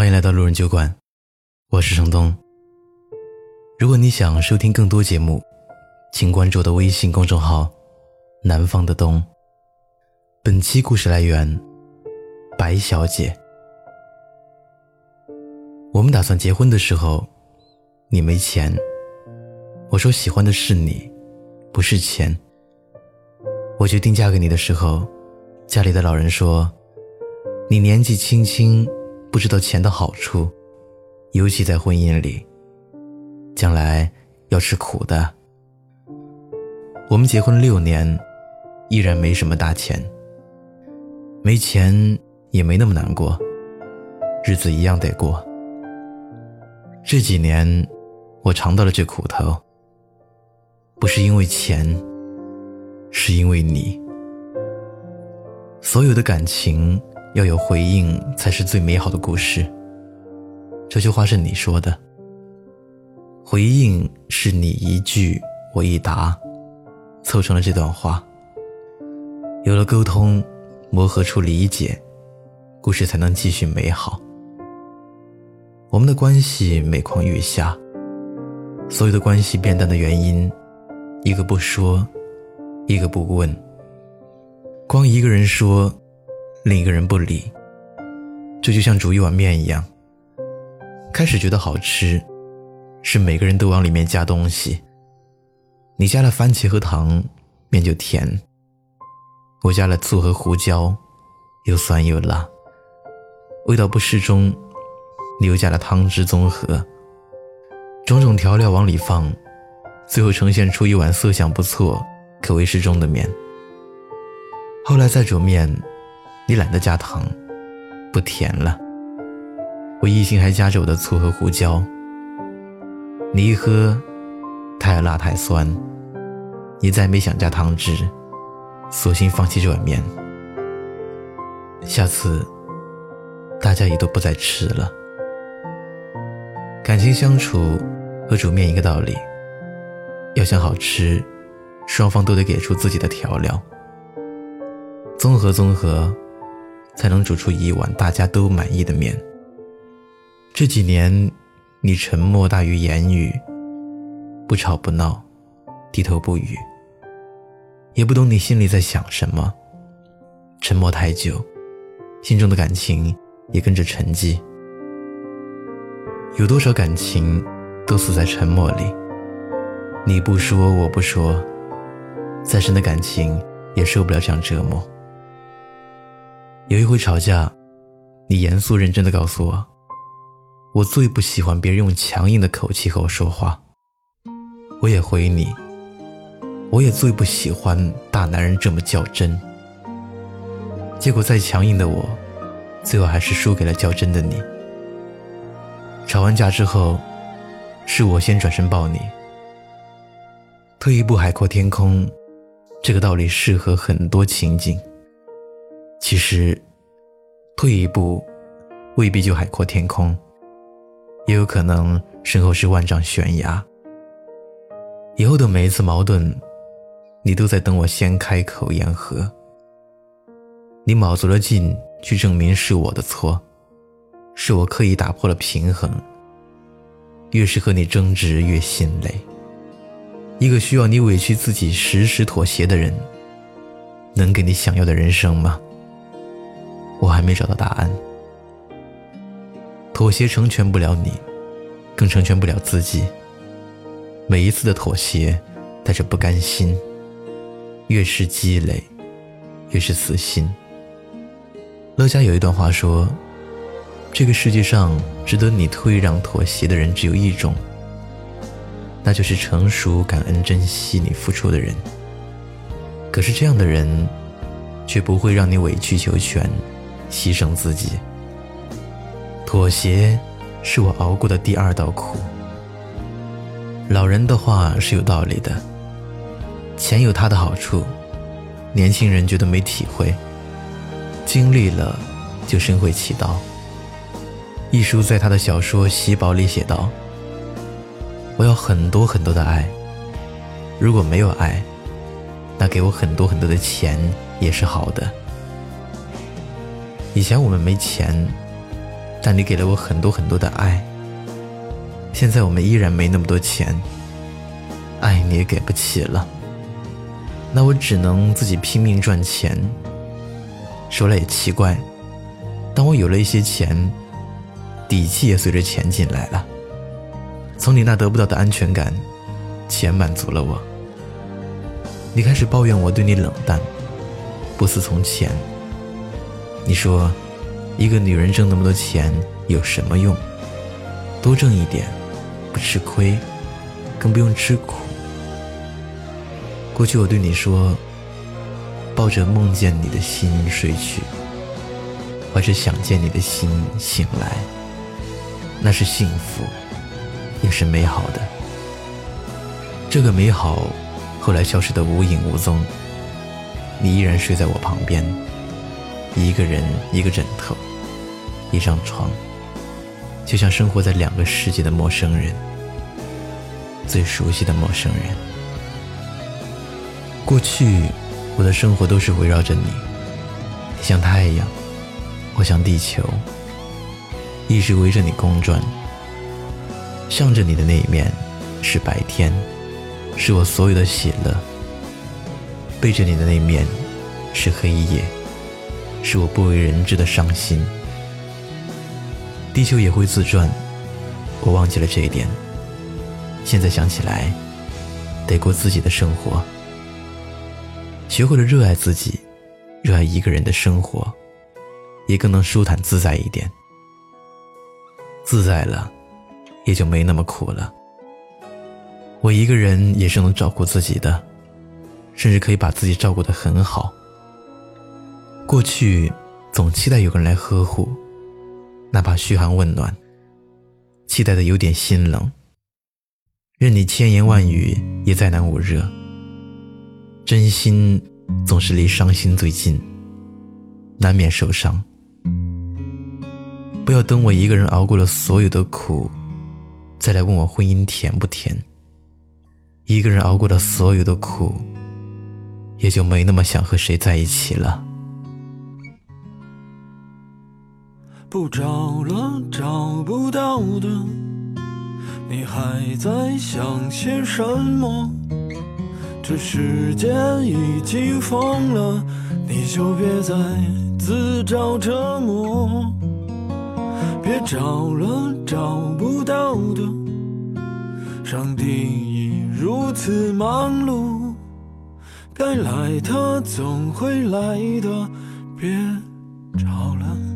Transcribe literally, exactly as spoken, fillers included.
欢迎来到路人酒馆，我是程东。如果你想收听更多节目，请关注我的微信公众号南方的冬。本期故事来源白小姐。我们打算结婚的时候，你没钱，我说喜欢的是你，不是钱。我决定嫁给你的时候，家里的老人说，你年纪轻轻不知道钱的好处，尤其在婚姻里，将来要吃苦的。我们结婚六年，依然没什么大钱，没钱也没那么难过，日子一样得过。这几年我尝到了这苦头，不是因为钱，是因为你。所有的感情要有回应才是最美好的故事，这句话是你说的。回应是你一句我一答，凑成了这段话。有了沟通，磨合出理解，故事才能继续美好。我们的关系每况愈下，所有的关系变淡的原因，一个不说，一个不问。光一个人说，另一个人不理，这就像煮一碗面一样，开始觉得好吃，是每个人都往里面加东西。你加了番茄和糖，面就甜；我加了醋和胡椒，又酸又辣。味道不适中，你又加了汤汁综合，种种调料往里放，最后呈现出一碗色香不错、口味适中的面。后来再煮面，你懒得加糖，不甜了，我一心还加着我的醋和胡椒。你一喝，太辣太酸，你再没想加汤汁，索性放弃这碗面。下次大家也都不再吃了。感情相处和煮面一个道理，要想好吃，双方都得给出自己的调料，综合综合才能煮出一碗大家都满意的面。这几年你沉默大于言语，不吵不闹，低头不语，也不懂你心里在想什么。沉默太久，心中的感情也跟着沉寂。有多少感情都死在沉默里，你不说我不说，再深的感情也受不了这样折磨。有一回吵架，你严肃认真地告诉我，我最不喜欢别人用强硬的口气和我说话。我也回你，我也最不喜欢大男人这么较真。结果再强硬的我，最后还是输给了较真的你。吵完架之后，是我先转身抱你。退一步海阔天空，这个道理适合很多情景。其实退一步未必就海阔天空，也有可能身后是万丈悬崖。以后的每一次矛盾，你都在等我先开口言和。你卯足了劲去证明是我的错，是我刻意打破了平衡。越是和你争执越心累。一个需要你委屈自己时时妥协的人，能给你想要的人生吗？我还没找到答案。妥协成全不了你，更成全不了自己。每一次的妥协带着不甘心，越是积累越是死心。乐嘉有一段话说，这个世界上值得你退让妥协的人只有一种，那就是成熟感恩珍惜你付出的人。可是这样的人却不会让你委曲求全，牺牲自己。妥协是我熬过的第二道苦。老人的话是有道理的，钱有它的好处，年轻人觉得没体会，经历了就深会其道。一书在他的小说《喜宝》里写道，我要很多很多的爱，如果没有爱，那给我很多很多的钱也是好的。以前我们没钱， 但你给了我很多很多的爱。现在我们依然没那么多钱，爱你也给不起了，那我只能自己拼命赚钱。说来也奇怪，当我有了一些钱，底气也随着钱进来了。从你那得不到的安全感，钱满足了我。你开始抱怨我对你冷淡，不似从前。你说一个女人挣那么多钱有什么用？多挣一点不吃亏，更不用吃苦。过去我对你说，抱着梦见你的心睡去，怀着想见你的心醒来，那是幸福，也是美好的。这个美好后来消失得无影无踪，你依然睡在我旁边，一个人，一个枕头，一张床，就像生活在两个世界的陌生人，最熟悉的陌生人。过去我的生活都是围绕着你，你像太阳，我像地球，一直围着你公转。向着你的那一面是白天，是我所有的喜乐；背着你的那一面是黑夜，是我不为人知的伤心。地球也会自转，我忘记了这一点，现在想起来，得过自己的生活，学会了热爱自己，热爱一个人的生活，也更能舒坦自在一点。自在了，也就没那么苦了。我一个人也是能照顾自己的，甚至可以把自己照顾得很好。过去总期待有个人来呵护，哪怕嘘寒问暖，期待的有点心冷，任你千言万语也再难捂热。真心总是离伤心最近，难免受伤。不要等我一个人熬过了所有的苦，再来问我婚姻甜不甜。一个人熬过了所有的苦，也就没那么想和谁在一起了。 不找了，找不到的，你还在想些什么？这世界已经疯了，你就别再自找折磨。别找了，找不到的，上帝已如此忙碌，该来的总会来的，别找了。